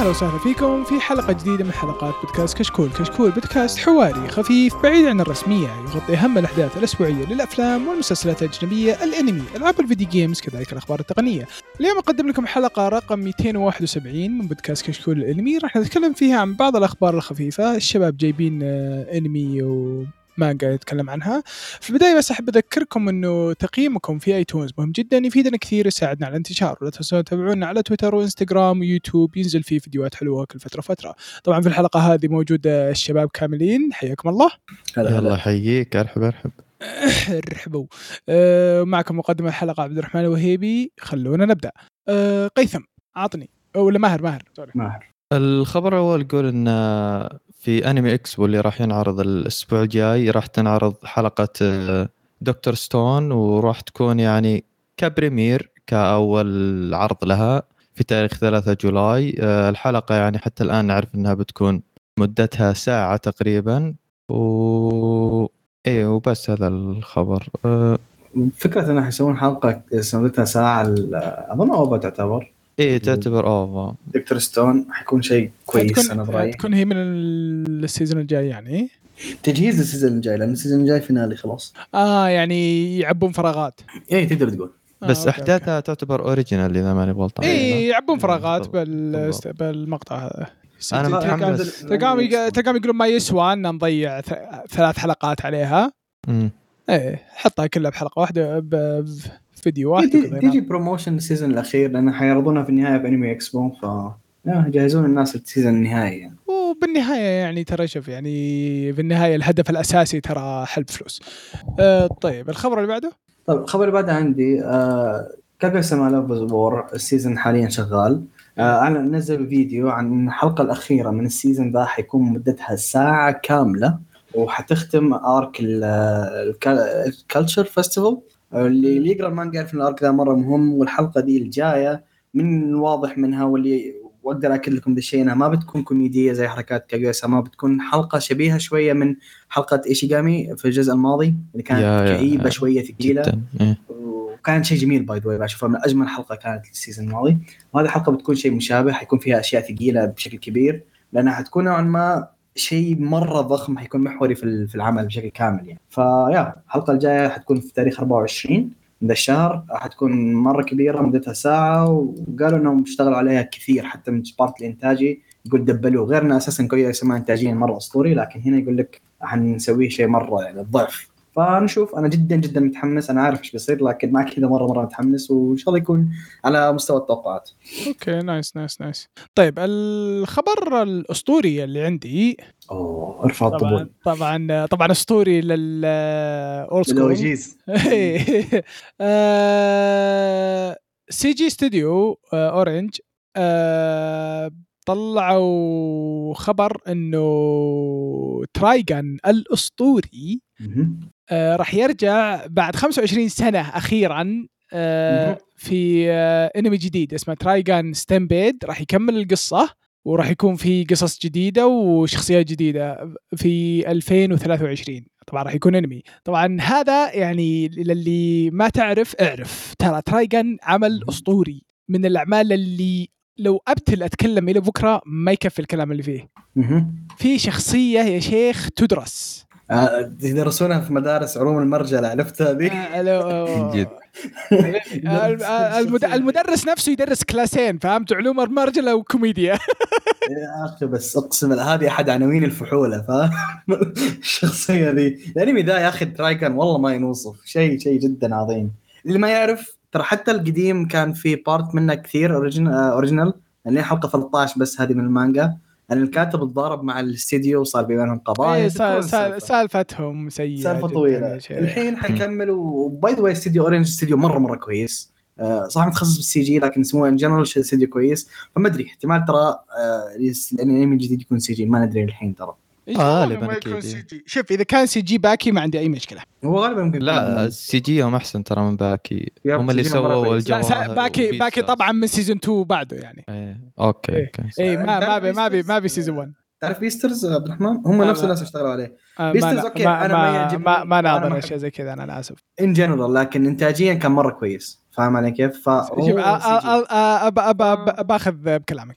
أهلا وسهلا فيكم في حلقة جديدة من حلقات بودكاست كشكول. كشكول بودكاست حواري خفيف بعيد عن الرسمية، يغطي أهم الأحداث الأسبوعية للأفلام والمسلسلات الأجنبية، الأنمي، ألعاب الفيديو جيمز، كذلك الأخبار التقنية. اليوم أقدم لكم حلقة رقم 271 من بودكاست كشكول الأنمي. راح نتكلم فيها عن بعض الأخبار الخفيفة. الشباب جايبين أنمي مانجا يتكلم عنها. في البداية بس أحب أذكركم أنه تقييمكم في ايتونز مهم جدا، يفيدنا كثير، يساعدنا على الانتشار. ولا تنسون تتابعونا على تويتر وإنستغرام ويوتيوب، ينزل فيه فيديوهات حلوة كل فترة. طبعا في الحلقة هذه موجود الشباب كاملين، حياكم الله. الله يحييك. ارحب رحبوا. معكم مقدم الحلقة عبد الرحمن الوهيبي. خلونا نبدأ. قيثم عطني ولا ماهر الخبر الأول يقول إن في أنمي إكسبو اللي راح ينعرض الأسبوع الجاي راح تنعرض حلقة دكتور ستون، وراح تكون يعني كبريمير كأول عرض لها في تاريخ 3 جولاي. الحلقة يعني حتى الآن نعرف إنها بتكون مدتها ساعة تقريبا وبس هذا الخبر. فكرة أنه يسوون حلقة مدتها ساعة أظن أوبا تعتبر تعتبر أوبا. دكتور ستون حيكون شيء كويس. أنا برأيي تكون هي من السيزون الجاي، يعني تجهيز السيزون الجاي، لأن السيزون الجاي فينالي خلاص. يعني يعبون فراغات. تقدر تقول بس أحداثها تعتبر أوريجينال إذا ماني غلطان. يعبون فراغات بالمقطع هذا. أنا متحمس. تلقاهم يقولون ما يسوى أن نضيع 3 حلقات عليها. حطها كلها بحلقة واحدة بفيديو واحد. تيجي بروموشن السيزون الأخير، لأن حيعرضونها في النهاية بأنمي إكسبو، جاهزون الناس السيزون النهائي يعني. وبالنهاية يعني ترى شوف، يعني بالنهاية الهدف الأساسي ترى حلب فلوس. طيب الخبر اللي بعده. طيب الخبر اللي بعده عندي كاغويا-ساما لوف وور السيزون حاليا شغال. أنا نزل فيديو عن الحلقة الأخيرة من السيزون ذا، حيكون مدتها ساعة كاملة، وحتختم آرك الكالتشر فيستيفال. اللي يقرأ المانجا يعرف إن الآرك ذا مرة مهم، والحلقة دي الجاية من واضح منها واللي وأقدر أكد لكم بالشيء إنها ما بتكون كوميدية زي حركات كاغويا-ساما، بتكون حلقة شبيهة شوية من حلقة إيشيغامي في الجزء الماضي اللي كانت كئيبة شوية ثقيلة. وكان شيء جميل باي ذا واي، بشوفها من أجمل حلقة كانت السيزون الماضي. وهذه الحلقة بتكون شيء مشابه، حيكون فيها أشياء ثقيلة بشكل كبير، لأنها حتكون نوعا ما شيء مرة ضخم، حيكون محوري في العمل بشكل كامل يعني. الحلقة الجاية حتكون في تاريخ 24 من الشهر، حتكون مرة كبيرة مدتها ساعة، وقالوا إنهم اشتغلوا عليها كثير حتى من بارت الإنتاجي. يقول دبلوه، غير إن أساساً كاغويا-ساما إنتاجيا مرة أسطوري، لكن هنا يقول لك حنسويه شيء مرة يعني الضعف. فنشوف، أنا جدا جدا متحمس. أنا عارف إيش بيصير، لكن معك كذا مرة متحمس، وإن شاء الله يكون على مستوى التوقعات. أوكي نايس. طيب الخبر الأسطوري اللي عندي. ارفع الطبول. طبعا أسطوري للأول سكول. سي جي ستوديو أورنج طلعوا خبر إنه ترايغان الأسطوري راح يرجع بعد 25 سنة أخيراً في انمي جديد اسمه ترايغان ستامبيد. راح يكمل القصة، وراح يكون في قصص جديدة وشخصيات جديدة في 2023. طبعا راح يكون انمي. طبعا هذا يعني للي ما تعرف اعرف، ترى ترايغان عمل أسطوري من الأعمال اللي لو أبتل أتكلم إلى بكرة ما يكفي الكلام اللي فيه. في شخصية يا شيخ تدرس، يدرسونها في مدارس علوم المرجلة، عرفت هذه؟ المدرس نفسه يدرس كلاسين، فهمت؟ علوم المرجلة وكوميديا. يا أخي بس أقسم هذه أحد عناوين الفحولة، الشخصية ذي الأنمي ذا يا أخي ترايغان والله ما ينوصف، شيء جدا عظيم. اللي ما يعرف ترى حتى القديم كان في بارت منه كثير أوريجينال، يعني حلقة 13 بس هذه من المانجا. يعني الكاتب اتضارب مع الاستديو وصار بينهم قضايا. سالفتهم سيئة، سالفة طويلة. الحين حنكمل. وباي ذا واي استديو أورنج استديو مرة كويس، صح متخصص بالسي جي، لكن اسمه ان جنرال استديو كويس. فما ادري، احتمال ترى الانمي الجديد يكون سي جي، ما ندري الحين ترى. غالبا اكيد. شوف اذا كان سي جي باكي ما عندي اي مشكله. هو غالبا ممكن. لا السي جي هم احسن ترى من باكي، هم اللي سووا الجواهر. باكي طبعا من سيزون 2 بعده يعني. اوكي. ما بي سيزون 1. تعرف بيسترز عبد الرحمن؟ هم نفس الناس اشتغلوا عليه. بيسترز اوكي، انا ما يعجبني، ما ناظر اشياء زي كذا، انا اسف ان جنرال، لكن انتاجيا كان مره كويس. فاهم علي كيف؟ باخذ بكلامك.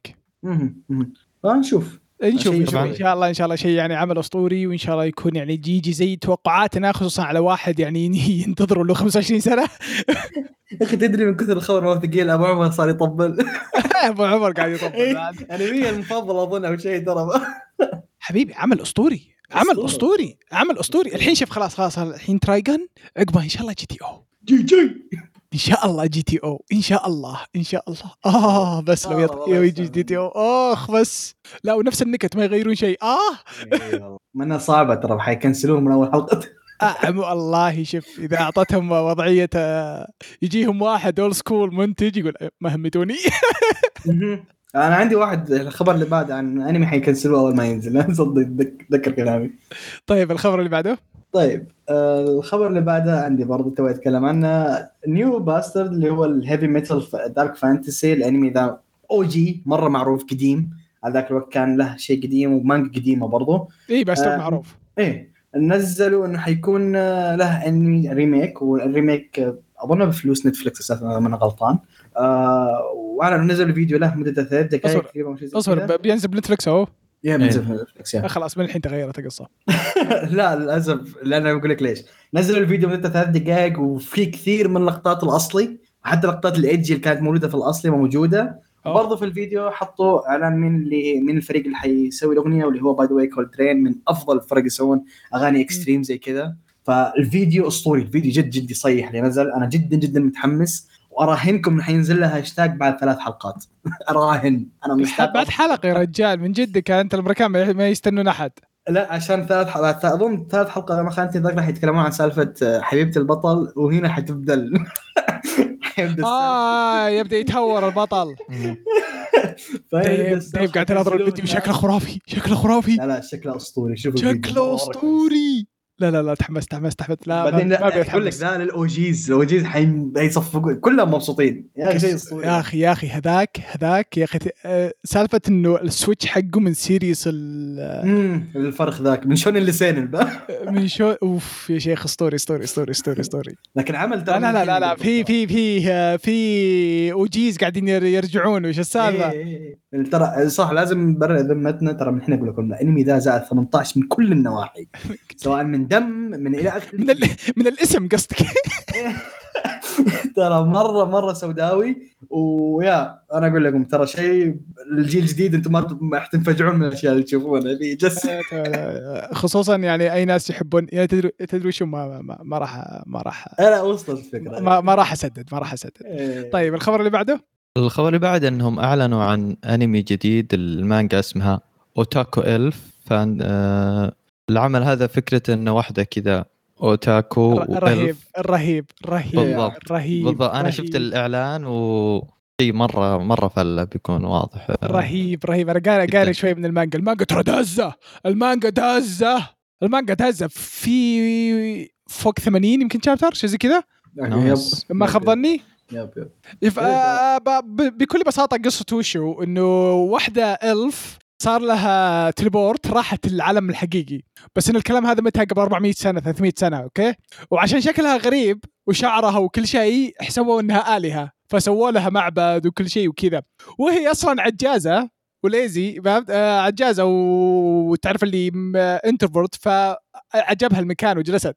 فنشوف ان طبعاً. شاء الله ان شاء الله شيء يعني عمل اسطوري، وان شاء الله يكون يعني يجي زي توقعاتنا، خصوصا على واحد يعني ينتظروا له 25 سنه. يا اخي تدري من كثر الخبر ما ثقيل ابو عمر صار يطبل. ابو عمر قاعد يطبل بعد. انمي المفضل اظن او شيء ترى. حبيبي عمل اسطوري، عمل اسطوري، عمل اسطوري. الحين شوف خلاص الحين ترايجن، عقبه ان شاء الله جي تي او، جي ان شاء الله جي تي او، ان شاء الله. بس لو يجي جي تي او بس لا، ونفس النكت ما يغيرون شيء. منها صعبه ترى، حيكنسلوه من اول حلقه. والله شوف اذا اعطتهم وضعيه يجيهم واحد اول سكول منتج يقول ما همتوني. انا عندي واحد الخبر اللي بعد عن انمي حيكنسلوه اول ما ينزل. صدق ذكر كلامي. طيب الخبر اللي بعده. طيب الخبر اللي بعده عندي برضه تو اتكلم عنه، نيو باسترد اللي هو الهيفي ميتال دارك فانتسي. الانمي ذا او جي مره معروف قديم، على ذاك الوقت كان له شيء قديم ومانجا قديمه برضه. اي باسترد معروف. ايه نزلوا انه حيكون له انمي ريميك، والريميك اظن بفلوس نتفلكس اساسا من غلطان. وانا نزل فيديو له مدته 3 دقائق تقريبا. اصبر بينزل بنتفلكس اهو. بينزل بنتفلكس خلاص من الحين تغيرت القصه. لا للاسف، لان انا بقول لك ليش. نزلوا الفيديو مدته 3 دقائق وفي كثير من اللقطات الاصلي، وحتى لقطات الايدج اللي كانت موجوده في الاصلي موجوده. برضه في الفيديو حطوا اعلان من الفريق اللي حيسوي الاغنيه، واللي هو باي ذا واي كولترين، من افضل الفرق يسوون اغاني اكستريم زي كذا. فالفيديو اسطوري، الفيديو جد يصيح اللي نزل. انا جدا متحمس، واراهنكم انه حينزل لها هاشتاج بعد 3 حلقات. اراهن انا مستعد بعد حلقه يا رجال من جدك انت، الامريكان ما يستنون احد. لا عشان 3 حلقات اظن 3 حلقات ما خانتني ذاك راح يتكلمون عن سالفه حبيبه البطل، وهنا حتبدل. يبدا يتهور البطل. طيب قاعد تناظر الفيديو شكله خرافي. لا شكله اسطوري. شوف شكله اسطوري. لا تحمست. لا بعدين اقول لك ذا الاوجيز حيصفقوا كلهم مبسوطين. يا شيء اسطوري يا اخي هذاك يا اخي سالفه انه السويتش حقه من سيريس الفرخ ذاك من شون اللسان من شو اوف يا شيخ اسطوري. لكن عمل ترى لا في اوجيز قاعدين يرجعون. وش السالفه؟ ترى صح لازم نبرر ذمتنا. ترى من هنا اقول لكم الانمي ذا زائد 18 من كل النواحي، سواء من دم من الى اخره. من الاسم قصدك؟ ترى مره سوداوي. ويا انا اقول لكم ترى شيء الجيل الجديد انتم ما راح تنفجعون من الاشياء اللي تشوفونها ذي خصوصا يعني اي ناس يحبون يعني تدري شو ما راح انا وصلت الفكره. ما راح اسدد طيب الخبر اللي بعده انهم اعلنوا عن انمي جديد، المانجا اسمها اوتاكو إلف. العمل هذا فكرة انه واحدة كذا اوتاكو رهيب بالضبط. انا شفت الاعلان وشيء مرة فله بيكون واضح. رهيب انا قاري شوي من المانجا ترى دازة. المانجا دازة في فوق 80 يمكن شابتر شيء زي كذا ما خاب ظني. بكل بساطة قصته وشو انه واحدة ألف صار لها تليبورت، راحت العالم الحقيقي، بس ان الكلام هذا متى قبل 400 سنة 300 سنة. اوكي، وعشان شكلها غريب وشعرها وكل شيء حسبوا انها آلهة، فسووا لها معبد وكل شيء وكذا. وهي اصلا عجازة وليزي، عجازة وتعرف اللي انتروفورت، فعجبها المكان وجلست.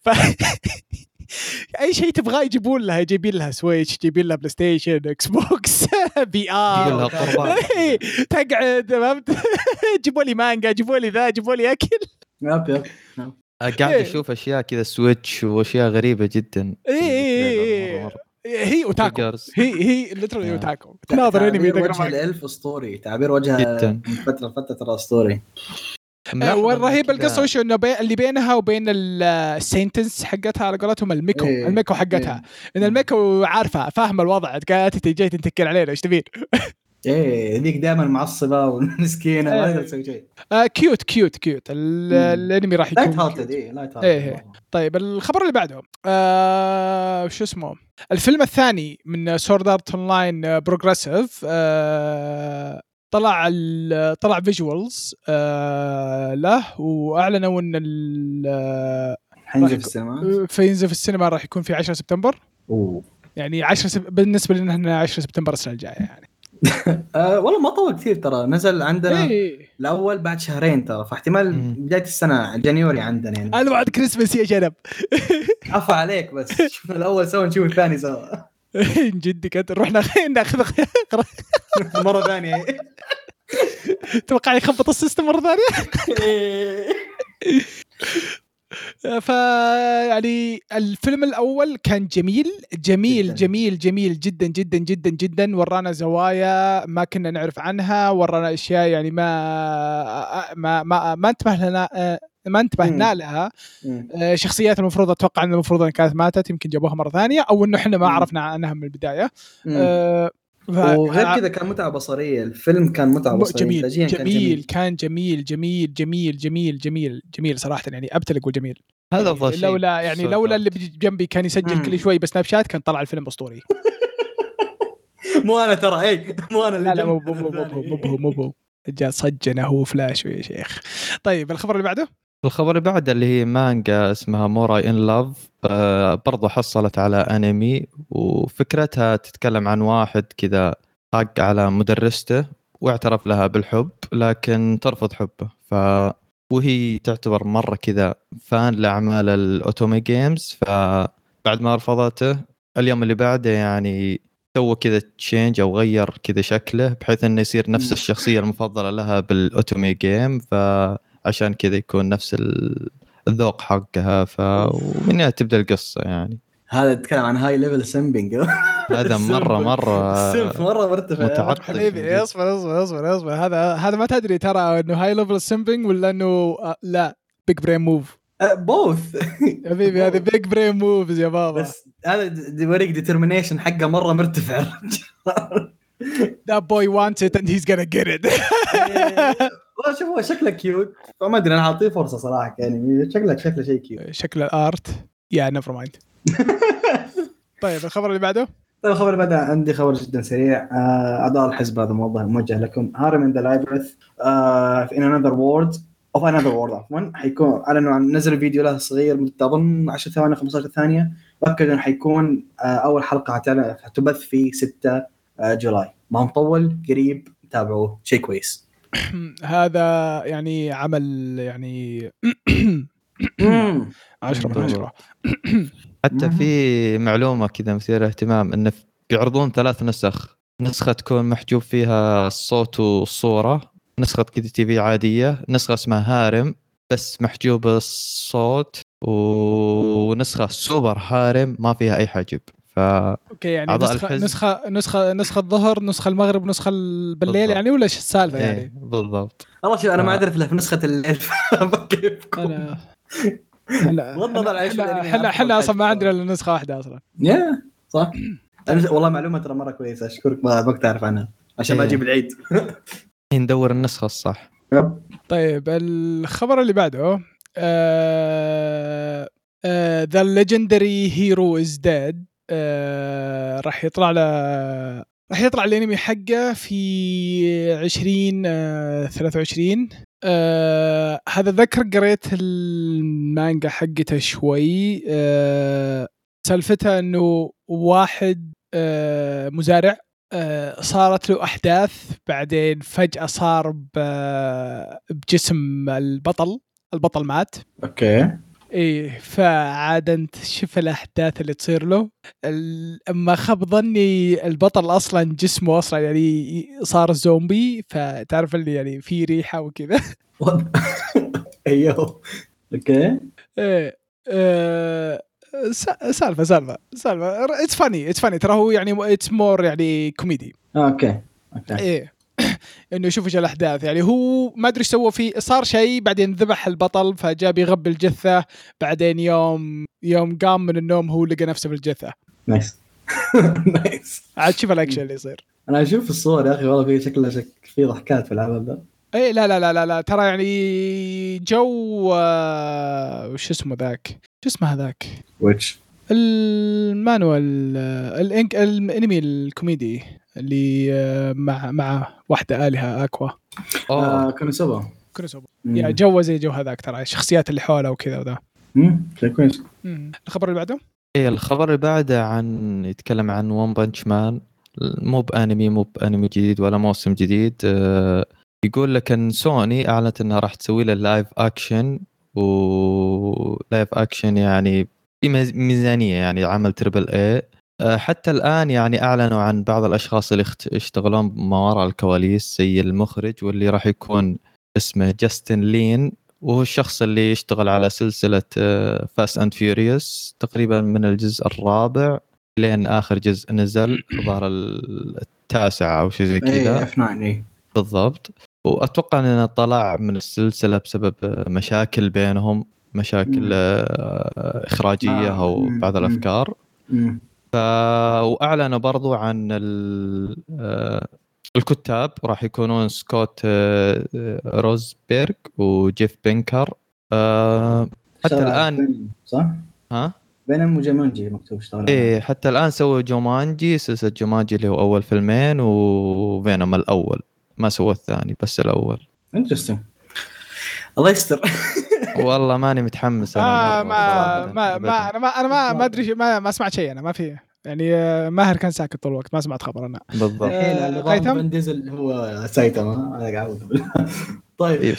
اي شيء تبغاه يجيبون لها، جايبين لها سويتش، جايبين لها بلاي ستيشن، اكس بوكس، في ار، تقعد فهمت. جيبوا لي مانجا، جيبوا لي ذا، جيبوا لي اكل. يب قاعد اشوف اشياء كذا سويتش واشياء غريبه جدا. هي اوتاكو، هي ليترالي اوتاكو. تناظر انمي وجه الالف اسطوري، تعبير وجهها من فتره ترى اسطوري. والرهيب القصه وش انه اللي بينها وبين السنتنس حقتها على قولتهم الميكو حقتها، ان الميكو عارفه فاهمه الوضع، قالت جاي تنتكل علينا ايش تبين. ذيك دائما معصبه ومسكينه ما تقدر تسوي شيء. كيوت الانمي راح يكون لايت. طيب الخبر اللي بعده شو اسمه، الفيلم الثاني من سورد ارت اونلاين بروجريسيف طلع فيجوالز له، واعلنوا ان حينزل في السينما راح يكون في 10 سبتمبر. يعني بالنسبه لنا احنا 10 سبتمبر السنه الجايه يعني. والله ما طول كثير ترى، نزل عندنا إيه. الاول بعد شهرين ترى، فاحتمال بدايه السنه جانيوري عندنا يعني. انا بعد كريسمس يا شنب. عفا عليك، بس شوف الاول سوا نشوف الثاني سوا. جدك انت رحنا ناخذ مره ثانيه. توقع يخبط السيستم مره ثانيه. فيعني الفيلم الأول كان جميل جدا جدا جدا جدا. ورانا زوايا ما كنا نعرف عنها، ورانا أشياء يعني ما انتبهنا لها. شخصيات المفروض أتوقع أن المفروض أن كانت ماتت، يمكن جابوها مرة ثانية، أو إنه إحنا ما عرفنا عنها من البداية. وغير كذا كان متعة بصرية، الفيلم كان متعة بصرية، كان جميل صراحة، يعني أبتلق وجميل. هذا ضشي لولا اللي جنبي كان يسجل كل شوي بسناب شات كان طلع الفيلم أسطوري. مو أنا ترى، مو أنا اللي لا مو جاء صجنا هو فلاش يا شيخ. طيب الخبر اللي بعده اللي هي مانجا اسمها موراي إن لاف، برضو حصلت على أنمي، وفكرتها تتكلم عن واحد كذا حق على مدرسته واعترف لها بالحب لكن ترفض حبه، وهي تعتبر مرة كذا فان لأعمال الأوتومي جيمز، فبعد ما رفضته اليوم اللي بعده يعني سوى كذا تشينج أو غير كذا شكله بحيث أنه يصير نفس الشخصية المفضلة لها بالأوتومي جيم، فعشان كذا يكون نفس الذوق حقها، ومنها تبدأ القصة يعني. هذا تتكلم عن هاي ليفل سيمبينج. هذا مرة السيمب مرة مرتفع متعطش. حبيبي اصبر هذا ما تدري ترى انه هاي ليفل سيمبينج ولا انه لا بيج برين موف. بوث حبيبي هذا بيج برين موفز يا بابا. بس هذا يوريك ديترمينيشن حقه مرة مرتفع. That boy wants it and he's gonna get it. والله شوف هو شكله كيوت، فما ادري انا اعطيه فرصة صراحة، يعني شكله شيء كيوت. شكل الارت يا نيفر مايند. طيب الخبر اللي بعده. الخبر اللي بعده عندي خبر جدا سريع. أعضاء الحزب هذا موجه لكم. هاري من ذا لايبرث في another world عفوا، حيكون أعلنوا عن نزل فيديو له صغير مدته أظن 10 ثواني 15 ثانية، وأكدوا إنه حيكون أول حلقة هتبث في 6 جولاي، ما مطول قريب، تابعوه شيء كويس. هذا يعني عمل يعني 10 حتى في معلومة كذا مثيرة اهتمام إنه بيعرضون 3 نسخة تكون محجوب فيها الصوت والصورة، نسخة كذا تي في عادية، نسخة اسمها هارم بس محجوب الصوت، ونسخة سوبر هارم ما فيها أي حجب. اوكي يعني نسخة الظهر، نسخة المغرب، نسخة بالليل بالضبط. يعني ولا ايش السالفة يعني؟ بالضبط. والله شوف انا ما اعرف له في نسخة الليل. احنا اصلا ما عندنا الا نسخة واحدة اصلا. يا صح. والله معلومة ترى مرة كويسة، اشكرك ما تعرف عنها عشان ما اجيب العيد. ندور النسخة الصح. طيب الخبر اللي بعده The Legendary Hero is Dead. راح يطلع الانمي حقه في 2023. هذا ذكر قريت المانجا حقته شوي. سالفتها انه واحد مزارع صارت له أحداث، بعدين فجأة صار بجسم البطل مات. اوكي ايه، فعاد انت شوف الاحداث اللي تصير له. اما خاب ظني البطل اصلا جسمه اصلا يعني صار زومبي، فتعرف اللي يعني في ريحه وكذا. ايوه اوكي. ايه سالفه اتس فاني ترى هو يعني اتس مور يعني كوميدي. اوكي ايه انه يشوف ايش الاحداث، يعني هو ما ادري ايش سوى فيه، صار شيء بعدين ذبح البطل فجاء بيغبي الجثه، بعدين يوم قام من النوم هو لقى نفسه في الجثه. نايس. عاد شوف الاكشن اللي يصير. انا اشوف الصور يا اخي والله في شكله في ضحكات في العمل ذا. اي لا ترى يعني جو وش اسمه ذاك، شو اسمه هذاك ويتش المانوال الانمي الكوميدي اللي مع واحدة آلهة أكوا. كونوسوبا. يا جو زي جو هذاك، ترى الشخصيات اللي حوله وكذا وذا. شيء كويس. الخبر اللي بعده. الخبر اللي بعده يتكلم عن ون بانش مان. مو بانمي جديد ولا موسم جديد. يقول لك ان سوني اعلنت انها راح تسوي له لايف اكشن، ولايف اكشن يعني في ميزانيه يعني عمل تريبل اي. حتى الان يعني اعلنوا عن بعض الاشخاص اللي يشتغلون ما وراء الكواليس زي المخرج، واللي راح يكون اسمه جاستن لين، وهو الشخص اللي يشتغل على سلسله فاست اند فيوريوس تقريبا من الجزء الرابع لين آخر جزء نزل ظهر التاسع أو شيء زي كذا. F9 بالضبط. وأتوقع أنه طلع من السلسلة بسبب مشاكل بينهم، مشاكل إخراجية أو بعض الأفكار. وأعلنوا برضو عن الكتاب راح يكونون سكوت روزبيرغ وجيف بينكر. حتى الآن صح؟ ها؟ بينهم وجومانجي مكتوب اشتغل. ايه حتى الان سووا جومانجي، سلسله جومانجي اللي هو اول فيلمين، وفينوم الاول، ما سووا الثاني بس الاول. انترستين. الله يستر. والله ماني متحمس انا ما ادري، ما سمعت شيء انا، ما في يعني. ماهر كان ساكت طول الوقت، ما سمعت خبر انا. بالضبط. الحين اللي ضام ديزل هو سايتاما، انا قاعد طيب.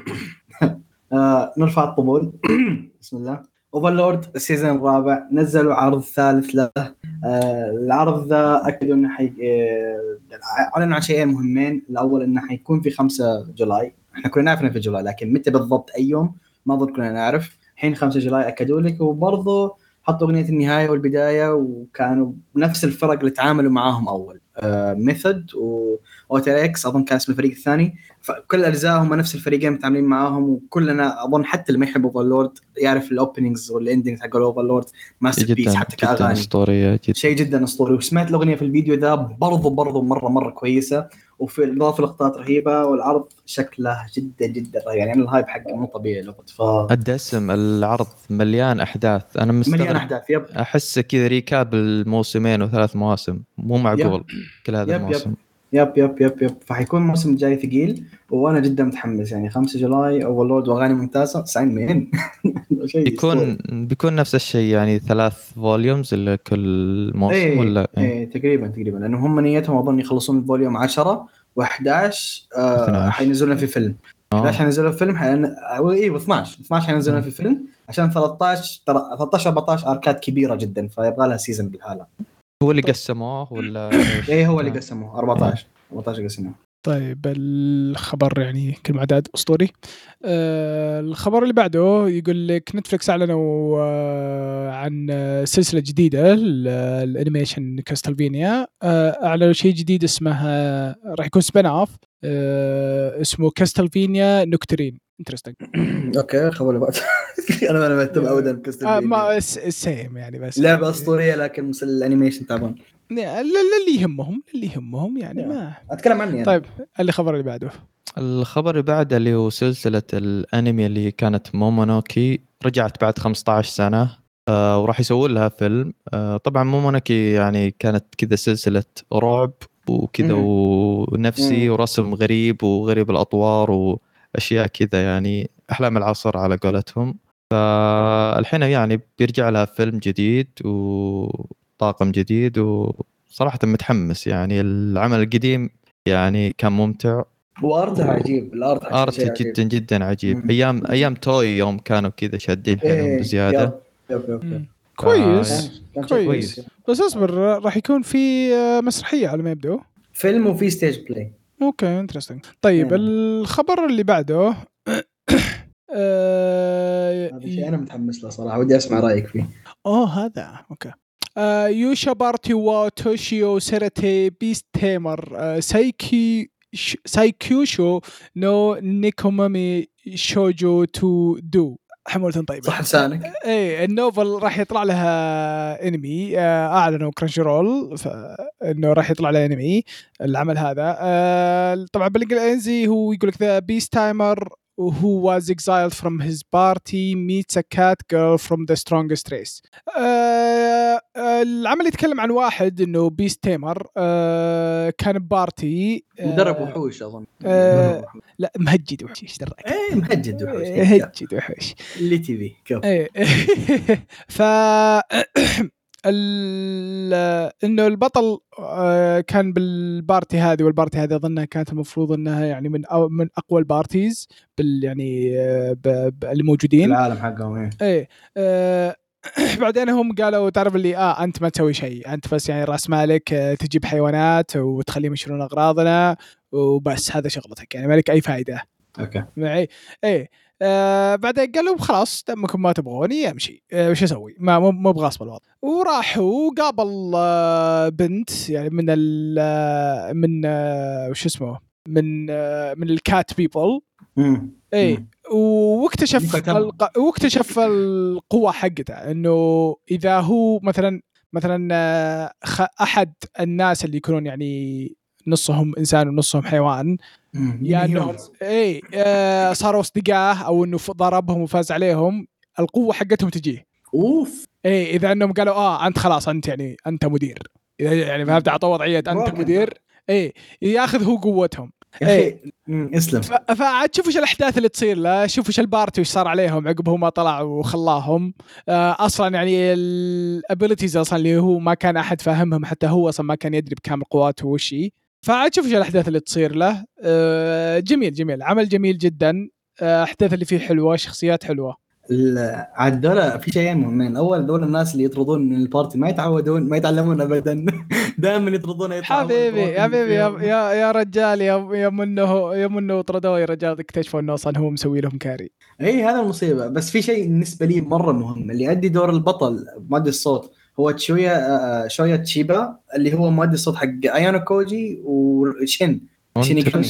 نرفع الطبول. بسم الله. اوفرلورد السيزون الرابع نزلوا عرض ثالث له. العرض ذا اكدوا انه اعلنوا عن شيئين مهمين. الاول انه حيكون في 5 جولاي. احنا كنا نعرف انه في جولاي، لكن متى بالضبط اي يوم ما ظل كنا نعرف. الحين 5 جولاي اكدوا لك. وبرضه حطوا اغنيه النهايه والبدايه، وكانوا نفس الفرق اللي تعاملوا معاهم اول، ميثود واوتريكس اظن كان اسم الفريق الثاني. فكل الاجزاء هم نفس الفريقين متعاملين معاهم، وكلنا اظن حتى اللي ما يحب اوفرلورد يعرف الاوبننجز والاندنجز حق اوفرلورد ماستر بيس حتى كاغاني. اسطوريه جدا. شيء جدا اسطوري. وسمعت الاغنيه في الفيديو ذا برضو مره كويسه، وفي الاضافه لقطات رهيبه، والعرض شكله جدا جدا يعني الهايب حقه مو طبيعي. الدسم العرض مليان احداث. انا مليان احداث. يب. احس كذا ريكاب الموسمين و3 مواسم مو معقول. كل هذا الموسم. يب. فحيكون الموسم الجاي ثقيل، وانا جدا متحمس. يعني 5 جولاي اوفرلورد واغاني ممتازه 90 مليون. بيكون نفس الشيء يعني 3 فوليومز لكل موسم ولا تقريبا لانه هم نيتهم اظن يخلصون الفوليوم 10 و11 حينزلون في فيلم. 11 حينزلون في فيلم و12 حينزلون في فيلم، عشان 13 14 اركات كبيره جدا، فيبغى لها سيزن بالحاله. هو اللي قسموه ولا هو اللي قسموه 14 قسموه. طيب الخبر يعني كلمة عداد أسطوري. الخبر اللي بعده يقول لك نتفليكس أعلنوا عن سلسلة جديدة الانيميشن كاستلفينيا. أعلنوا شيء جديد اسمه راح يكون سبين اوف اسمه كاستلفينيا نوكترين. انترستنج. اوكي خبر بعد. انا ما بتابع ابدا كاستلفينيا. ما سيم يعني، بس لعبة أسطورية لكن الانيميشن تعبان. اللي يهمهم يعني ما اتكلم عني يعني. طيب الخبر اللي بعده. الخبر اللي بعده اللي هو سلسلة الأنمي اللي كانت مومونوكي رجعت بعد 15 سنة. وراح يسوون لها فيلم. طبعا مومونوكي يعني كانت كذا سلسلة رعب وكذا ونفسي ورسم غريب وغريب الأطوار وأشياء كذا، يعني أحلام العصر على قولتهم. فالحين يعني بيرجع لها فيلم جديد وطاقم جديد، وصراحة متحمس. يعني العمل القديم يعني كان ممتع، وارته عجيب. الارت جدا جدا عجيب. ايام توي يوم كانوا كذا شادين حيلهم بزياده. كويس. بس اصبر، راح يكون في مسرحيه على ما يبدو، فيلم وفي ستيج بلاي. اوكي انترستينج. طيب الخبر اللي بعده هذا شيء انا متحمس له صراحه، ودي اسمع رايك فيه. هذا اوكي. يوشا بارتي وتوشيو سيرتي بيست تيمر سايكيوشو نو نيكومامي شوجو تو دو. حمولة طيبة صح لسانك. النوفل راح يطلع لها انمي. اعلنوا كرانشيرول انه راح يطلع لها انمي العمل هذا. طبعا بالانجليزي هو يقول لك ذا بيست تايمر who was exiled from his party meets a cat girl from the strongest race. العمل يتكلم عن واحد انه بيست تيمر كان بارتي مدرب وحوش اظن. لا مهجد وحوش. ايش دراك؟ مهجد وحوش. مهجد وحوش اللي تبي ف انه البطل كان بالبارتي هذه، والبارتي هذه اظنها كانت المفروض انها يعني من اقوى البارتيز يعني اللي موجودين العالم حقهم. ايه بعدين هم قالوا تعرف اللي انت ما تسوي شيء، انت بس يعني راس مالك تجيب حيوانات وتخليهم يشيلون اغراضنا وبس، هذا شغلتك يعني، ما لك اي فائده. اوكي معي ايه. بعدين قالوا خلاص دمكم ما تبغوني امشي، وش اسوي؟ ما بغاصب الوضع. وراحوا قابل بنت يعني من من وش اسمه من الكات بيبل. اي واكتشف القوة حقته، انه اذا هو مثلا احد الناس اللي يكونون يعني نصهم انسان ونصهم حيوان، يعني انهم صاروا اصدقاء او انه ضربهم وفاز عليهم، القوة حقتهم تجيه. اوف. اذا انهم قالوا انت خلاص انت يعني انت مدير، يعني فهمت، اعطوا وضعية انت مدير، ياخذ هو قوتهم. يا اخي اسلم. فعاد شوفوا ايش الاحداث اللي تصير له، شوفوا ايش البارتي وش صار عليهم عقب هو ما طلع وخلاهم. اصلا يعني الابيليتيز اصلا اللي هو ما كان احد فاهمهم، حتى هو اصلا ما كان يدري بكامل قواته وشي. فعاد شوفوا ايش الاحداث اللي تصير له. جميل عمل جميل جدا. احداث اللي فيه حلوه، شخصيات حلوه. عاد دولة في شيئين مهمين. اول دول الناس اللي يطردون من البارتي ما يتعودون، ما يتعلمون ابدا دائما يطردون. حبيبي يا رجال، يا منه طردوه يا رجال، اكتشفوا انه اصلا هو مسوي لهم كاري. اي هذا المصيبه. بس في شيء بالنسبه لي مره مهم، اللي يؤدي دور البطل مؤدي الصوت هو شوية تشيبا، اللي هو مؤدي الصوت حق ايانو كوجي شينيغامي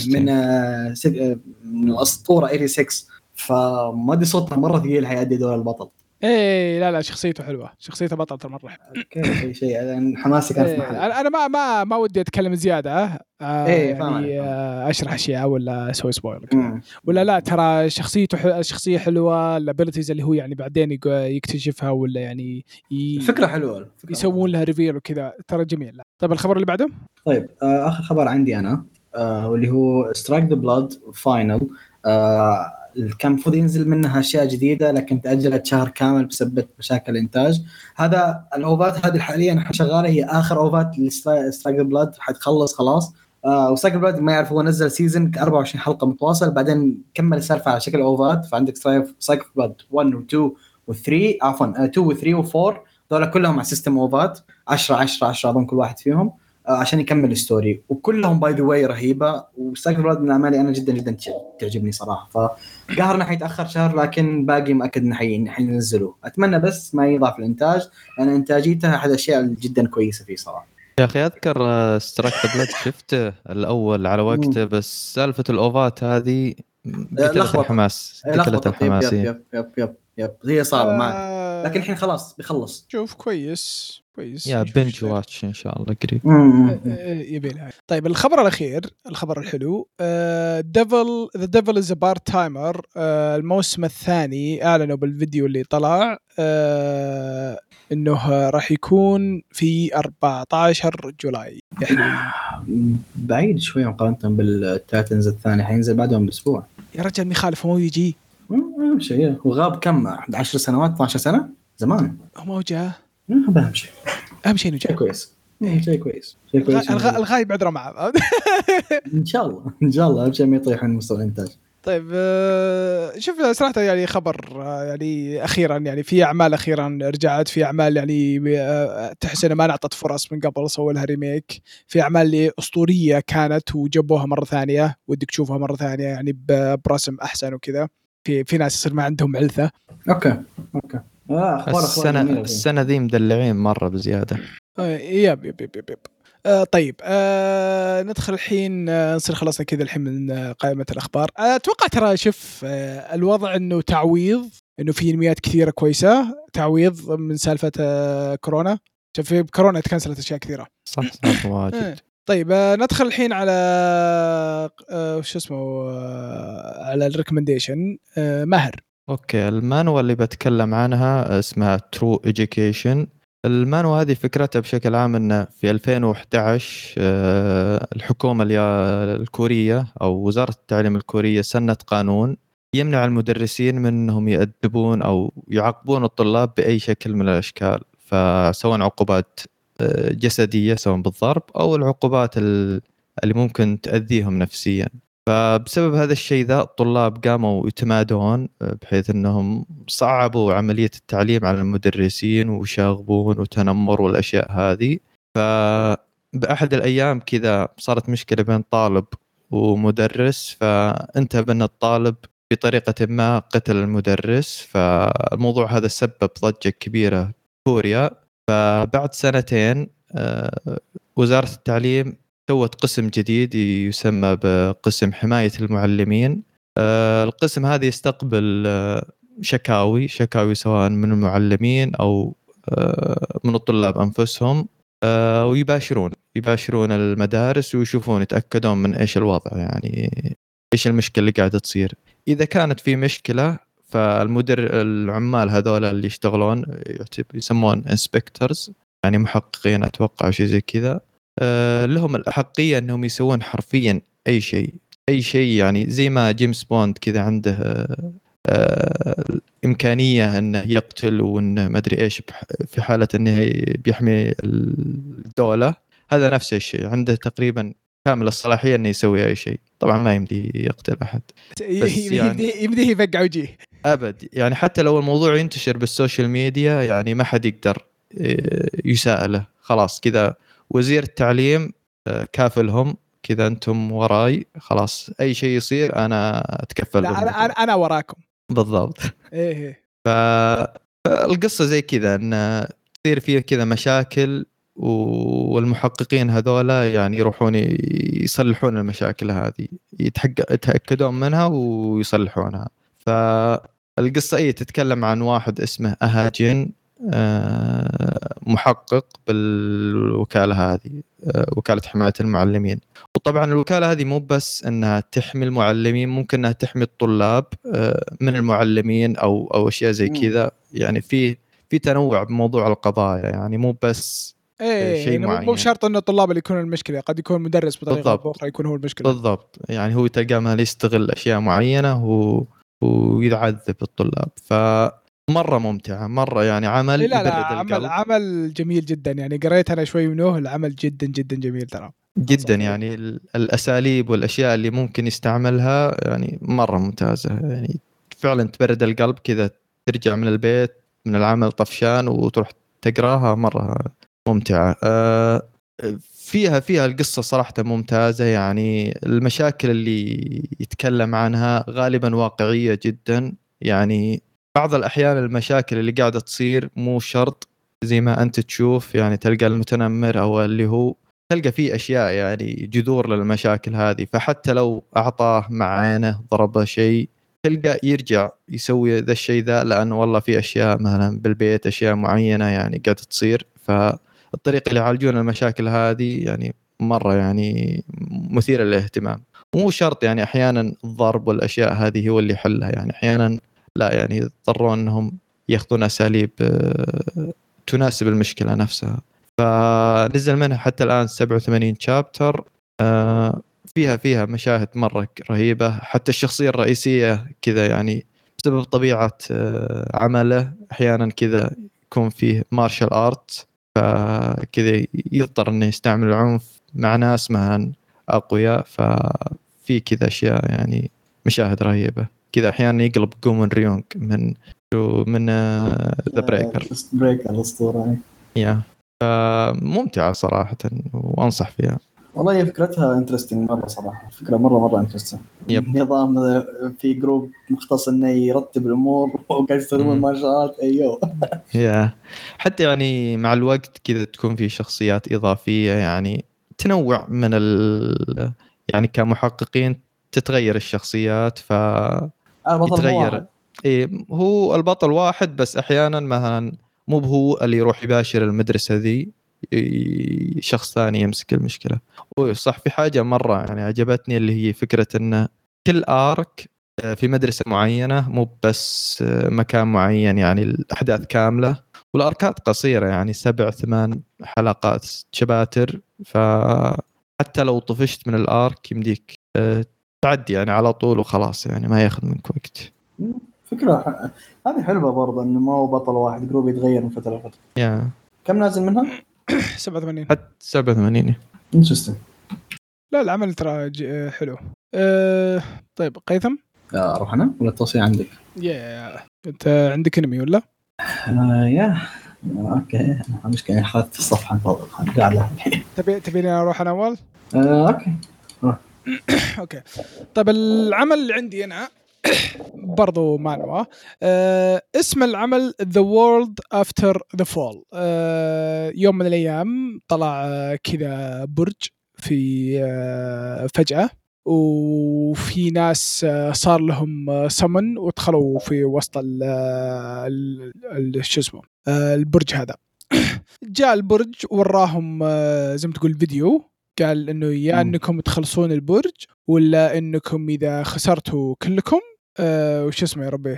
من الاسطوره 86. فمؤدي صوته مره ثقيل هيأدي دور البطل. ايه لا شخصيته حلوه، شخصيته بطلة مره حلوه. اوكي شيء يعني حماسي كان في محل. انا ما ودي اتكلم زياده يعني اشرح اشياء ولا اسوي سبويلر ولا لا. ترى شخصيه حلوه، الابيلتيز اللي هو يعني بعدين يكتشفها ولا يعني فكره حلوه يسوون لها ريفيل وكذا، ترى جميل. طيب الخبر اللي بعده. طيب اخر خبر عندي انا واللي هو سترايك ذا بلاد فاينل. كان المفروض ينزل منها اشياء جديده لكن تاجلت شهر كامل بسبب مشاكل الانتاج. هذا الاوفات هذه حاليا شغاله، هي اخر اوفات لسترايك ذا بلاد، حتخلص خلاص. وسترايك ذا بلاد ما يعرف، هو نزل سيزن 24 حلقه متواصل، بعدين كمل السالفه على شكل اوفات. فعندك سترايك ذا بلاد 1 و2 و3 عفوا 2 و3 و4 دول كلهم على سيستم اوفات 10 اظن كل واحد فيهم عشان يكمل الستوري. وكلهم باي ذا واي رهيبه. وسترايك ذا بلاد من الاعمال انا جدا تعجبني صراحه. فقهرنا حيتاخر شهر لكن باقي مأكد انه حينزلوه. اتمنى بس ما يضاف الانتاج لان انتاجيته احد الاشياء جدا كويسه فيه صراحه. يا اخي اذكر سترايك ذا بلاد شفته الاول على وقته، بس سالفه الاوفات هذه قتلت الحماس. يب هي صعبه معك لكن الحين خلاص بيخلص. شوف كويس يا بنج واتش ان شاء الله قريب يبي لها. طيب الخبر الاخير، الخبر الحلو، ذا ديفل از ا بارت تايمر. الموسم الثاني اعلنوا بالفيديو اللي طلع انه راح يكون في 14 جولاي. بعيد شويه مقارنه بالتايتنز الثاني، حينزل بعدهم باسبوع. يا رجال مخالف مو يجي شيء. وغاب كم 10 سنوات 12 سنه زمان. هو جاء اهم شيء انه جاء كويس. شيء كويس الغايب عذره معه ان شاء الله اهم شيء ما يطيح من مستوى الانتاج. طيب شوف صراحه يعني خبر يعني اخيرا يعني في اعمال اخيرا رجعت، في اعمال يعني تحس انها ما نعطت فرص من قبل سووا لها ريميك، في اعمال اللي اسطوريه كانت وجابوها مره ثانيه ودك تشوفها مره ثانيه يعني برسم احسن وكذا. في ناس يصير ما عندهم علثه. اوكي السنه ذي مدلعين مره بزياده. يب طيب ندخل الحين نصير خلصنا كذا الحين من قائمة الأخبار. أتوقع ترى شوف الوضع إنه تعويض، إنه في انميات كثيرة كويسة، تعويض من سالفة كورونا. شوف في كورونا تكنسلت أشياء كثيرة صح واجد. طيب ندخل الحين على شو اسمه على الريكومنديشن. ماهر. أوكي المانوا اللي بتكلم عنها اسمها True Education. المانوا هذه فكرتها بشكل عام أن في 2011 الحكومة الكورية أو وزارة التعليم الكورية سنت قانون يمنع المدرسين من أنهم يأدبون أو يعاقبون الطلاب بأي شكل من الأشكال. فسواء عقوبات جسدية سواء بالضرب أو العقوبات اللي ممكن تأذيهم نفسيا. فبسبب هذا الشيء ذا الطلاب قاموا يتمادون بحيث أنهم صعبوا عملية التعليم على المدرسين وشاغبون وتنمر والأشياء هذه. فبأحد الأيام كذا صارت مشكلة بين طالب ومدرس، فانتهى بأن الطالب بطريقة ما قتل المدرس. فالموضوع هذا سبب ضجة كبيرة في كوريا. فبعد 2 وزارة التعليم سوت قسم جديد يسمى بقسم حماية المعلمين. القسم هذا يستقبل شكاوي سواء من المعلمين أو من الطلاب أنفسهم، ويباشرون المدارس ويشوفون يتأكدون من إيش الوضع، يعني إيش المشكلة اللي قاعدة تصير. إذا كانت في مشكلة العمال هذول اللي يشتغلون يسمون inspectors، يعني محققين أتوقع شيء زي كذا، لهم الأحقية أنهم يسوون حرفيا أي شيء، يعني زي ما جيمس بوند كذا عنده إمكانية أنه يقتل وأنه ما أدري إيش في حالة أنه بيحمي الدولة. هذا نفس الشيء، عنده تقريبا كامل الصلاحية أنه يسوي أي شيء. طبعا ما يمدي يقتل أحد، يمديه يفقع وجهه أبد. يعني حتى لو الموضوع ينتشر بالسوشيال ميديا يعني ما حد يقدر يسأله. خلاص كذا وزير التعليم كافلهم كذا، أنتم وراي خلاص، أي شيء يصير أنا أتكفل. أنا وراكم بالضبط. إيه. فالقصة زي كذا أن تصير فيه كذا مشاكل، والمحققين هذولا يعني يروحون يصلحون المشاكل هذه، يتأكدون منها ويصلحونها. فالقصة تتكلم عن واحد اسمه أهاجين، محقق بالوكالة هذه، وكالة حماية المعلمين. وطبعا الوكالة هذه مو بس أنها تحمي المعلمين، ممكن أنها تحمي الطلاب من المعلمين أو أشياء زي كذا. يعني في تنوع بموضوع القضايا، يعني مو بس شيء يعني معين. مو شرط أن الطلاب اللي يكونوا المشكلة، قد يكون مدرس بطريقة أخرى يكون هو المشكلة. بالضبط. يعني هو تلقى ما يستغل أشياء معينة ويعذب الطلاب. مرة ممتعة مرة، يعني عمل يبرد القلب. عمل جميل جدا، يعني قريت أنا شوي منه، العمل جدا جدا جميل ترى جدا. يعني الأساليب والأشياء اللي ممكن يستعملها يعني مرة ممتازة، يعني فعلا تبرد القلب كذا. ترجع من البيت من العمل طفشان وتروح تقراها، مرة ممتعة. فيها القصة صراحة ممتازة. يعني المشاكل اللي يتكلم عنها غالبا واقعية جدا. يعني بعض الأحيان المشاكل اللي قاعدة تصير مو شرط زي ما أنت تشوف، يعني تلقى المتنمر أو اللي هو تلقى فيه أشياء يعني جذور للمشاكل هذه. فحتى لو أعطاه مع عينه ضربه شيء، تلقى يرجع يسوي ذا الشيء ذا، لأنه والله في أشياء مثلا بالبيت أشياء معينة يعني قاعدة تصير. فالطريقة اللي يعالجون المشاكل هذه يعني مرة يعني مثيرة للاهتمام. مو شرط يعني أحيانا الضرب والأشياء هذه هو اللي يحلها، يعني أحيانا لا، يعني يضطرون أنهم يأخذون أساليب تناسب المشكلة نفسها. فنزل منها حتى الآن 87 شابتر. فيها مشاهد مرة رهيبة. حتى الشخصية الرئيسية كذا يعني بسبب طبيعة عمله أحيانا كذا يكون فيه مارشال آرت، فكذا يضطر أنه يستعمل العنف مع ناس مثلا أقوياء. ففي كذا أشياء يعني مشاهد رهيبة كذا. أحيانا يقلب جومن ريونغ من ذا بريكر الأسطورة. ممتعة صراحة وأنصح فيها. والله فكرتها انترستينج مرة صراحة، فكرة مرة انترستينج. نظام في جروب مختص إنه يرتب الأمور وقاعد يستخدمون المارشالات. أيوه. حتى يعني مع الوقت كذا تكون في شخصيات إضافية، يعني تنوع من يعني كمحققين تتغير الشخصيات. يتغير. هو البطل واحد بس أحيانا مثلا مو هو اللي يروح يباشر المدرسة ذي، شخص ثاني يمسك المشكلة. صح. في حاجة مرة يعني عجبتني اللي هي فكرة أن كل آرك في مدرسة معينة، مو بس مكان معين، يعني الأحداث كاملة. والأركات قصيرة يعني 7-8 حلقات شباتر. فحتى لو طفشت من الآرك يمديك تعدي يعني على طول وخلاص، يعني ما ياخذ منك وقت. فكرة هذه حلوة برضه، إنه ما هو بطل واحد، جروب يتغير من فترة لفترة. كم نازل منها؟ 87 حتى 87. انترستين. لا العمل ترى حلو. طيب قيثم أروح أنا ولا التوصية عندك؟ أنت عندك انمي ولا؟ يا أوكي، مشكلة أخذت الصفحة قاعدة. تبيني أروح أنا أول؟ أوكي. أوكي طيب العمل اللي عندي أنا برضو مانوا. اسم العمل The World After the Fall. يوم من الأيام طلع كذا برج في فجأة، وفي ناس صار لهم سمن ودخلوا في وسط شو اسمه البرج هذا. جاء البرج وراهم زي ما تقول فيديو، قال انه يا انكم تخلصون البرج ولا انكم اذا خسرتوا كلكم وش اسمه يا ربي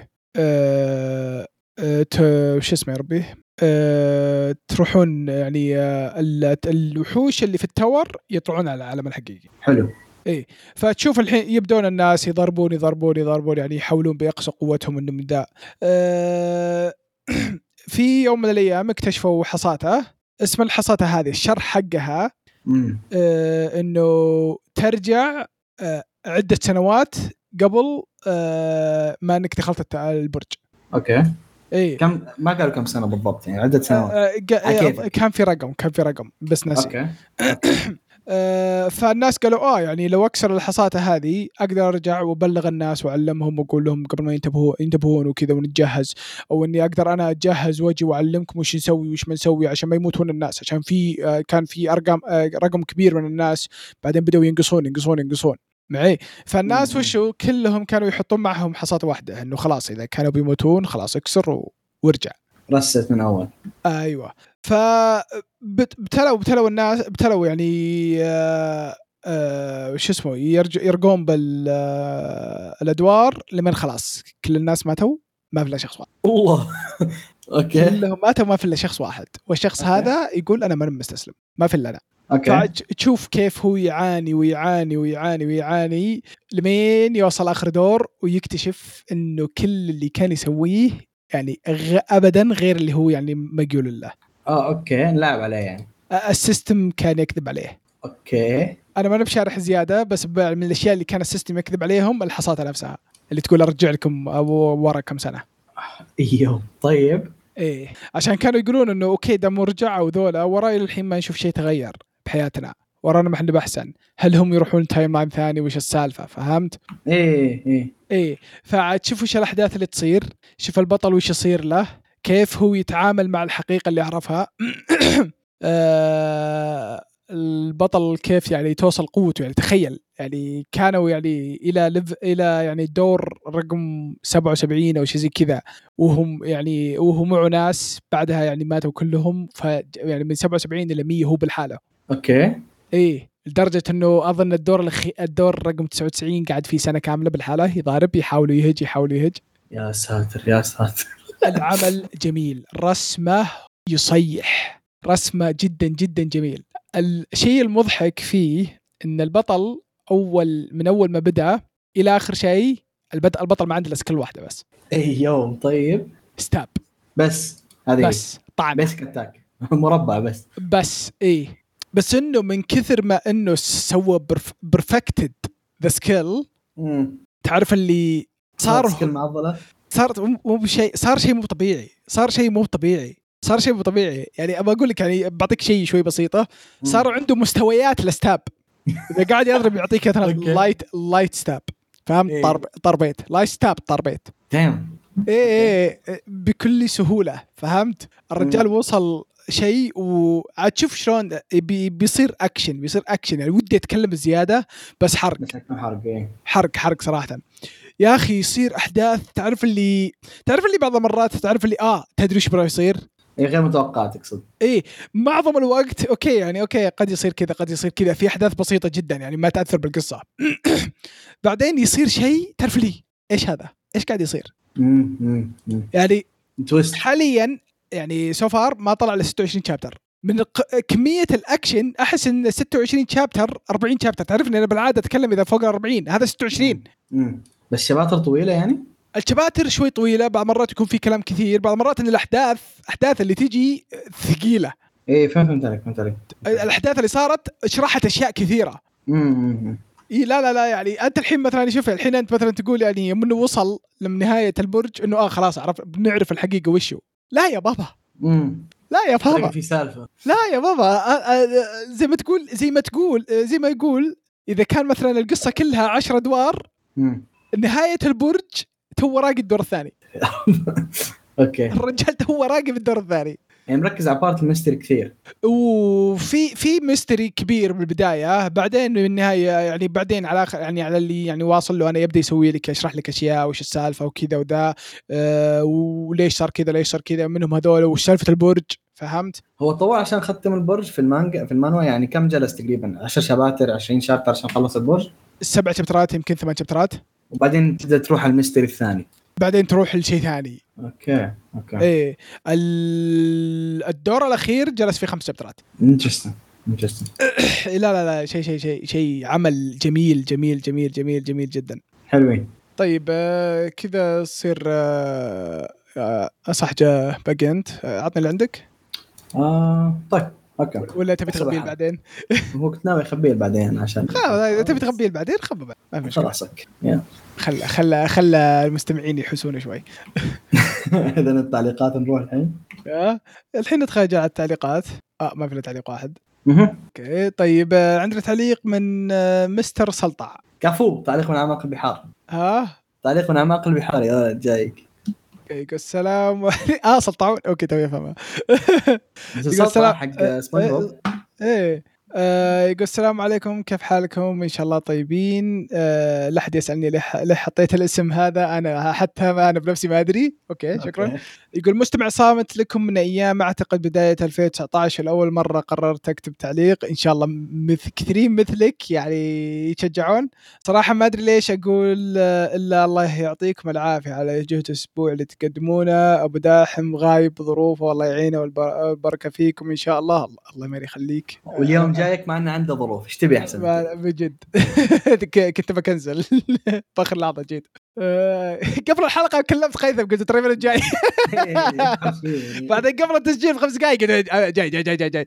وش اسمه يا ربي تروحون يعني الوحوش اللي في التاور يطلعون على العالم الحقيقي. حلو. ايه فتشوف الحين يبدون الناس يضربون يعني يحاولون بأقصى قوتهم انهم ذا. في يوم من الايام اكتشفوا حصاته. اسم الحصاته هذه الشرح حقها انه ترجع عدة سنوات قبل ما انك دخلت البرج. اوكي. ايه كم ما قالوا كم سنة بالضبط يعني عدة سنوات. كان في رقم بس ناسي. اوكي. فالناس قالوا يعني لو اكسر الحصاته هذه اقدر ارجع وابلغ الناس واعلمهم واقول لهم قبل ما ينتبهون وكذا ونتجهز، او اني اقدر انا اتجهز واجي واعلمكم وش نسوي وش ما نسوي عشان ما يموتون الناس، عشان في كان في رقم كبير من الناس بعدين بدأوا ينقصون معي. فالناس وشو كلهم كانوا يحطون معهم حصاته واحدة، انه خلاص اذا كانوا بيموتون خلاص اكسر وارجع رست من اول. ايوه. بتلوا الناس بتلوا يعني وش اسمه يرقون بالادوار لمن خلاص كل الناس ماتوا ما في الا شخص واحد. الله. اوكي كلهم ماتوا ما في الا شخص واحد، والشخص هذا يقول انا ما مستسلم ما في الا انا. فتشوف كيف هو يعاني لمين يوصل اخر دور ويكتشف انه كل اللي كان يسويه يعني ابدا غير اللي هو يعني مقول له. اوكي نلعب عليه يعني السيستم كان يكذب عليه. اوكي انا ما بشارح زياده، بس من الاشياء اللي كان السيستم يكذب عليهم الحصاته نفسها اللي تقول ارجع لكم ورا كم سنه. ايوه طيب ايه عشان كانوا يقولون انه اوكي دام رجعوا ذولا وراي للحين ما نشوف شيء تغير بحياتنا، ورانا ما احنا بحسن، هل هم يروحون تايم لاين ثاني وش السالفه؟ فهمت؟ ايه فتشوف وش الاحداث اللي تصير، شوف البطل وش يصير له، كيف هو يتعامل مع الحقيقه اللي يعرفها. البطل كيف يعني توصل قوته، يعني تخيل يعني كانوا يعني الى يعني دور رقم 77 او شيء زي كذا، وهم يعني وهو معه ناس بعدها يعني ماتوا كلهم، يعني من 77 الى 100 هو بالحاله. اوكي ايه لدرجه انه اظن الدور رقم 99 قاعد فيه سنه كامله بالحاله يضارب يحاول يهج. يا ساتر العمل جميل، رسمه يصيح، رسمه جدا جدا جميل. الشيء المضحك فيه ان البطل من اول ما بدا الى اخر شيء البطل ما عنده الا سكيل واحده بس. يوم طيب ستاب بس هذه بس طعن بيسك اتاك مربع بس بس انه من كثر ما انه سوى بيرفكتد ذا سكيل، تعرف اللي صار سكيل معضله، صارت مو بشيء، صار شيء مو طبيعي يعني ابى اقول لك يعني بعطيك شيء شوي بسيطه، صاروا عنده مستويات للستاب. اذا قاعد يضرب يعطيك مثلا لايت ستاب، فهمت؟ ضربيت لايت ستاب ضربيت ايه بكل سهوله، فهمت؟ الرجال وصل شيء، وعاد تشوف شلون بيصير اكشن يعني ودي اتكلم زياده بس حرق صراحه يا اخي. يصير احداث تعرف اللي بعض المرات تعرف اللي تدري ايش بده يصير، غير متوقعات تقصد. معظم الوقت اوكي قد يصير كذا في احداث بسيطه جدا يعني ما تاثر بالقصه. بعدين يصير شيء تعرف لي ايش هذا، ايش قاعد يصير. يعني تويست حاليا يعني سوفار ما طلع ل 26 شابتر من كميه الاكشن. احس ان 26 شابتر 40 شابتر، تعرفني انا بالعاده اتكلم اذا فوق 40، هذا 26. بس شباتر طويله يعني الشباتر شوي طويله، بعض مرات يكون في كلام كثير، بعض مرات ان الاحداث اللي تجي ثقيله. ايه فهمت عليك. الاحداث اللي صارت شرحت اشياء كثيره. إيه لا يعني انت الحين مثلا شوف، الحين انت مثلا تقول يعني منه وصل لنهايه البرج انه خلاص بنعرف الحقيقه وشو. لا يا بابا. لا يا بابا في سالفه. لا يا بابا. زي ما يقول اذا كان مثلا القصه كلها 10 ادوار، نهايه البرج تو راقي الدور الثاني. اوكي. الرجال تو راقي بالدور الثاني، يعني مركز على بارت الميستري كثير، وفي ميستري كبير بالبدايه، بعدين بالنهايه يعني بعدين على اخر يعني على اللي يعني واصل له انا يبدا يسوي لك يشرح لك اشياء وش السالفه وكذا وذا، وليش صار كذا ليش صار كذا منهم هذول وش سالفه البرج. فهمت؟ هو طول عشان ختم البرج في المانجا في المانوا يعني كم جلس تقريبا 10 شباتر 20 شابتر عشان خلص البرج؟ 7 شابترات يمكن 8 شابترات، وبعدين تبدا تروح على الميستري الثاني، بعدين تروح لشيء ثاني. اوكي ايه الدور الاخير جلس في 5 شابترات. انترستنج. لا شيء عمل جميل جميل جميل جميل جميل جدا. حلوين. طيب كذا تصير صحجة باقي انت عطني اللي عندك. طيب اوكي. ولا تبي تخبيه بعدين؟ هو كنت ناوي اخبيه بعدين عشان تبي تخبيه بعدين خبه ما في مشكله. خلاص اوكي. خلى المستمعين يحسون شوي. اذا التعليقات نروح الحين ندخل على التعليقات. ما في تعليق واحد. اوكي طيب عندنا تعليق من مستر سلطع. كفو. تعليق من اعماق البحار. تعليق من اعماق البحار يا جايك. يقول السلام. سلطعون. اوكي تمام فهمه. يقول السلام حق سبونج بوب. يقول السلام عليكم كيف حالكم ان شاء الله طيبين. لا احد يسالني ليه حطيت الاسم هذا، انا حتى ما انا بنفسي ما ادري. اوكي شكرا. يقول مستمع صامت لكم من ايام اعتقد بدايه 2019 لاول مره قررت اكتب تعليق، ان شاء الله كثيرين مثلك يعني يشجعون. صراحه ما ادري ليش اقول الا الله يعطيكم العافيه على جهد الاسبوع اللي تقدمونه. ابو داحم غايب بظروفه والله يعينه والبركه فيكم ان شاء الله. الله ما يخليك. واليوم جايك مع انه عنده ظروف، ايش تبي احسن؟ بجد كنت بكنسل باخر لحظه جيت. قبل الحلقه كلمت قيثم قلت ترى جاي. بعدين قبل التسجيل ب5 دقائق جاي.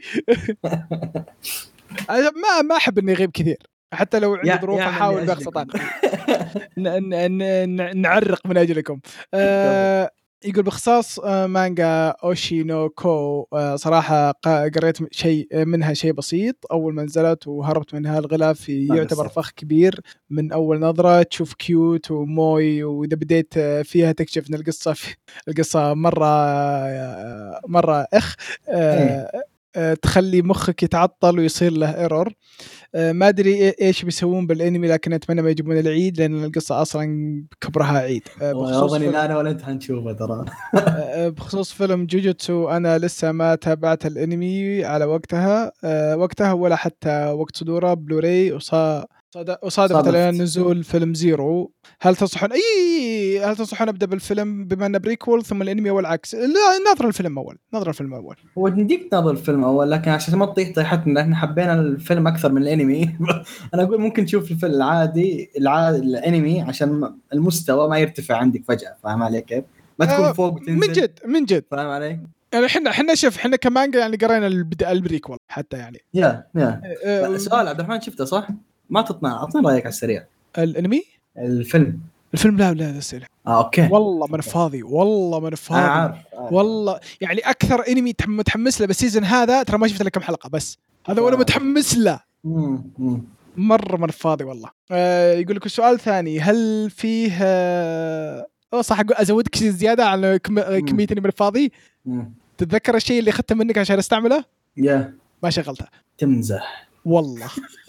ما احب اني اغيب كثير حتى لو عندي ظروف، احاول باقصى طاقتي نعرق من اجلكم. يقول بخصوص مانجا اوشينوكو صراحة قريت شيء منها شيء بسيط أول ما نزلت وهربت منها. الغلاف يعتبر فخ كبير من أول نظرة، تشوف كيوت وموي، وإذا بديت فيها تكشف أن القصة مرة تخلي مخك يتعطل ويصير له ايرور. ما ادري ايش بيسوون بالانمي، لكن اتمنى ما يجيبون العيد لان القصه اصلا كبرها عيد. بخصوص لا انا ولا انت حنشوفه ترى. بخصوص فيلم جوجوتسو انا لسه ما تابعت الانمي على وقتها ولا حتى وقت صدوره بلوراي، وصادفت نزول فيلم زيرو. هل تنصحون ابدا بالفيلم بما انه بريكول ثم الانمي والعكس؟ لا نظر الفيلم اول. هو نديك نظر الفيلم اول، لكن عشان ما تطيح طيحتنا احنا حبينا الفيلم اكثر من الانمي. انا اقول ممكن تشوف الفيلم العادي الانمي عشان المستوى ما يرتفع عندك فجأة. فاهم علي كيف؟ ما تكون فوق وتنزل من جد. فاهم علي؟ يعني احنا كمانجا يعني قرينا البريكول حتى يعني. يا سؤال عبد الرحمن، شفته صح؟ ما تطمع، اعطيني رايك على السريع. الانمي الفيلم لا اسئله. اوكي والله من فاضي عارف. والله يعني اكثر انمي متحمس له بالسيزون هذا ترى ما شفت له كم حلقه بس هذا وانا متحمس له مره من فاضي والله. يقول لك السؤال الثاني، هل فيه صح ازودك شيء زياده على كميه انمي الفاضي؟ تتذكر الشيء اللي اخذته منك عشان استعمله؟ ما شغلته. تمزح والله.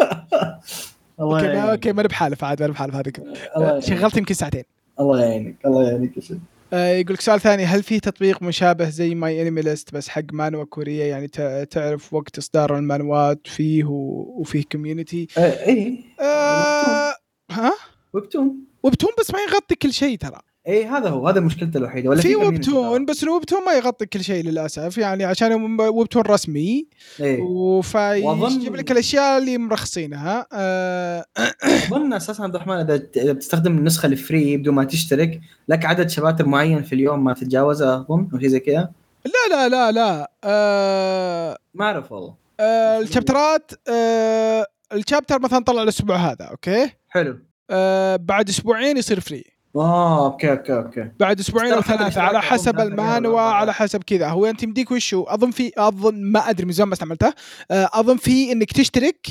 اوكي ما بحالف عاد هذا شغلت يمكن ساعتين. الله يعينك يقول لك سؤال ثاني، هل في تطبيق مشابه زي ماي انمي ليست بس حق مانوا كورية، يعني تعرف وقت اصدار المانوات فيه وفيه كوميونتي؟ ايه ها ويبتون بس ما يغطي كل شيء ترى. اي هذا مشكلته الوحيده. ولا في ويبتون، بس الويبتون ما يغطي كل شيء للاسف، يعني عشان ويبتون رسمي وفيجيب لك الاشياء اللي مرخصينها. اظن اساسا عبد الرحمن اذا بتستخدم النسخه الفري بدون ما تشترك لك عدد شباتر معين في اليوم ما تتجاوزه، اظن او شيء زي كذا. لا ما اعرف والله. الشابترات الشابتر مثلا طلع الاسبوع هذا اوكي حلو، بعد اسبوعين يصير فري. اوكي بعد اسبوعين او ثلاثه على حسب المانوا، على حسب كذا. هو انت يمديك وشو اظن ما ادري من زمان ما استعملته. اظن في انك تشترك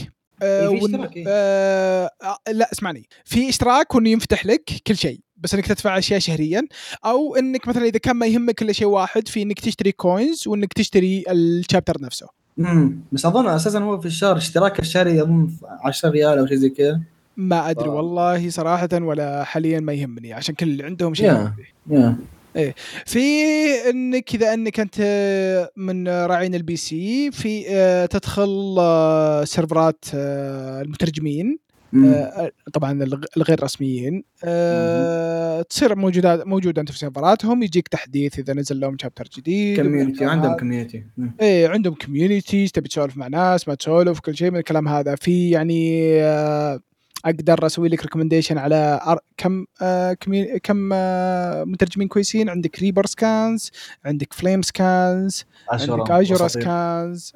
لا اسمعني، في اشتراك وانه ينفتح لك كل شيء بس انك تدفع اشياء شهريا، او انك مثلا اذا كان ما يهمك كل شيء واحد في انك تشتري كوينز وانك تشتري الشابتر نفسه. بس اظن اساسا هو في الشهر اشتراك الشهري اظن 10 ريال او شيء زي كذا. ما ادري والله صراحه، ولا حاليا ما يهمني عشان كل اللي عندهم شيء. ايه في انك كذا انك انت من راعين البي سي في تدخل سيرفرات المترجمين طبعا الغير رسميين، تصير موجوده انت في سيرفراتهم، يجيك تحديث اذا نزل لهم شابتر جديد. كوميونتي عندهم كوميونتي، ايه عندهم كوميونتي، تبي تسولف مع ناس ما تسولف، كل شيء من الكلام هذا. في يعني اقدر اسوي لك ريكومنديشن على كم مترجمين كويسين. عندك ريبر سكانز، عندك فليم سكانز، عندك اجورا سكانز،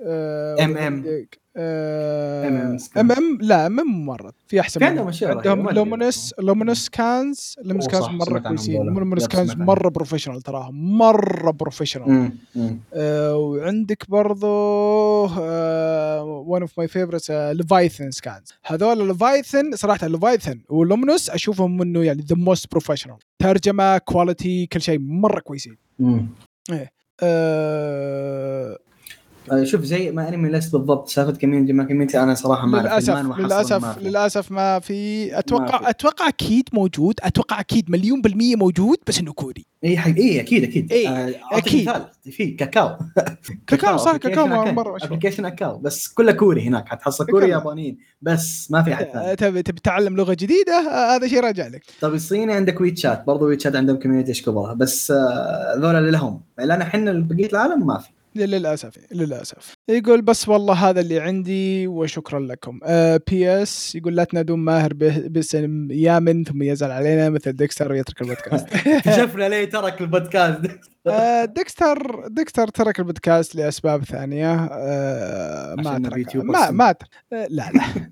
لا مره في احسن منهم. عندهم لومينوس كانز مره كويسين. لومينوس كانز مره بروفيشنال، تراهم مره بروفيشنال. وعندك برضو one of my favorites ليفايثن سكانز. هذول ليفايثن صراحه، ليفايثن ولومينوس اشوفهم منه يعني the most professional، ترجمه كواليتي كل شيء مره كويسين. شوف زي ما انمي ليست بالضبط، سالفه كوميونتي ما كوميونتي انا صراحه ما اعرف. للاسف ما في. اتوقع اكيد موجود، اتوقع اكيد 1,000,000% موجود، بس انه كوري. اي اكيد اكيد في كاكاو صح، كاكاو مره ابلكيشن كاكاو بس كله كوري. هناك حتحصل كوري يابانيين بس ما في احد ثاني. تبي تتعلم لغه جديده هذا شيء راجع لك. طب الصيني عندك ويتشات، برضو ويتشات عندهم كوميونتي اشكبرها، بس ذولا اللي لهم، لان احنا بقيه العالم ما في للأسف. يقول بس والله هذا اللي عندي وشكرا لكم. PS يقول لا تنادون ماهر باسم يامن ثم يزعل علينا مثل ديكستر يترك البودكاست. شفنا ليه ترك البودكاست. ديكستر ترك البودكاست لأسباب ثانية. ما لا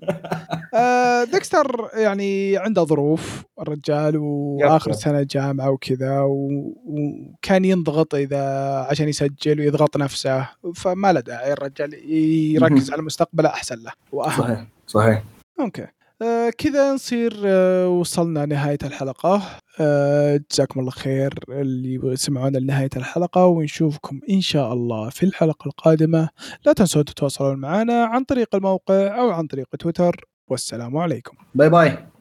ديكستر يعني عنده ظروف الرجال، وآخر سنة جامعة وكذا، وكان ينضغط إذا عشان يسجل ويضغط نفسه، فما له داعي الرجال يركز على مستقبله أحسن له وأهم. صحيح. أوكي كذا نصير وصلنا نهاية الحلقة. جزاكم الله خير اللي سمعونا لنهاية الحلقة، ونشوفكم إن شاء الله في الحلقة القادمة. لا تنسوا تتواصلون معنا عن طريق الموقع أو عن طريق تويتر، والسلام عليكم. باي باي.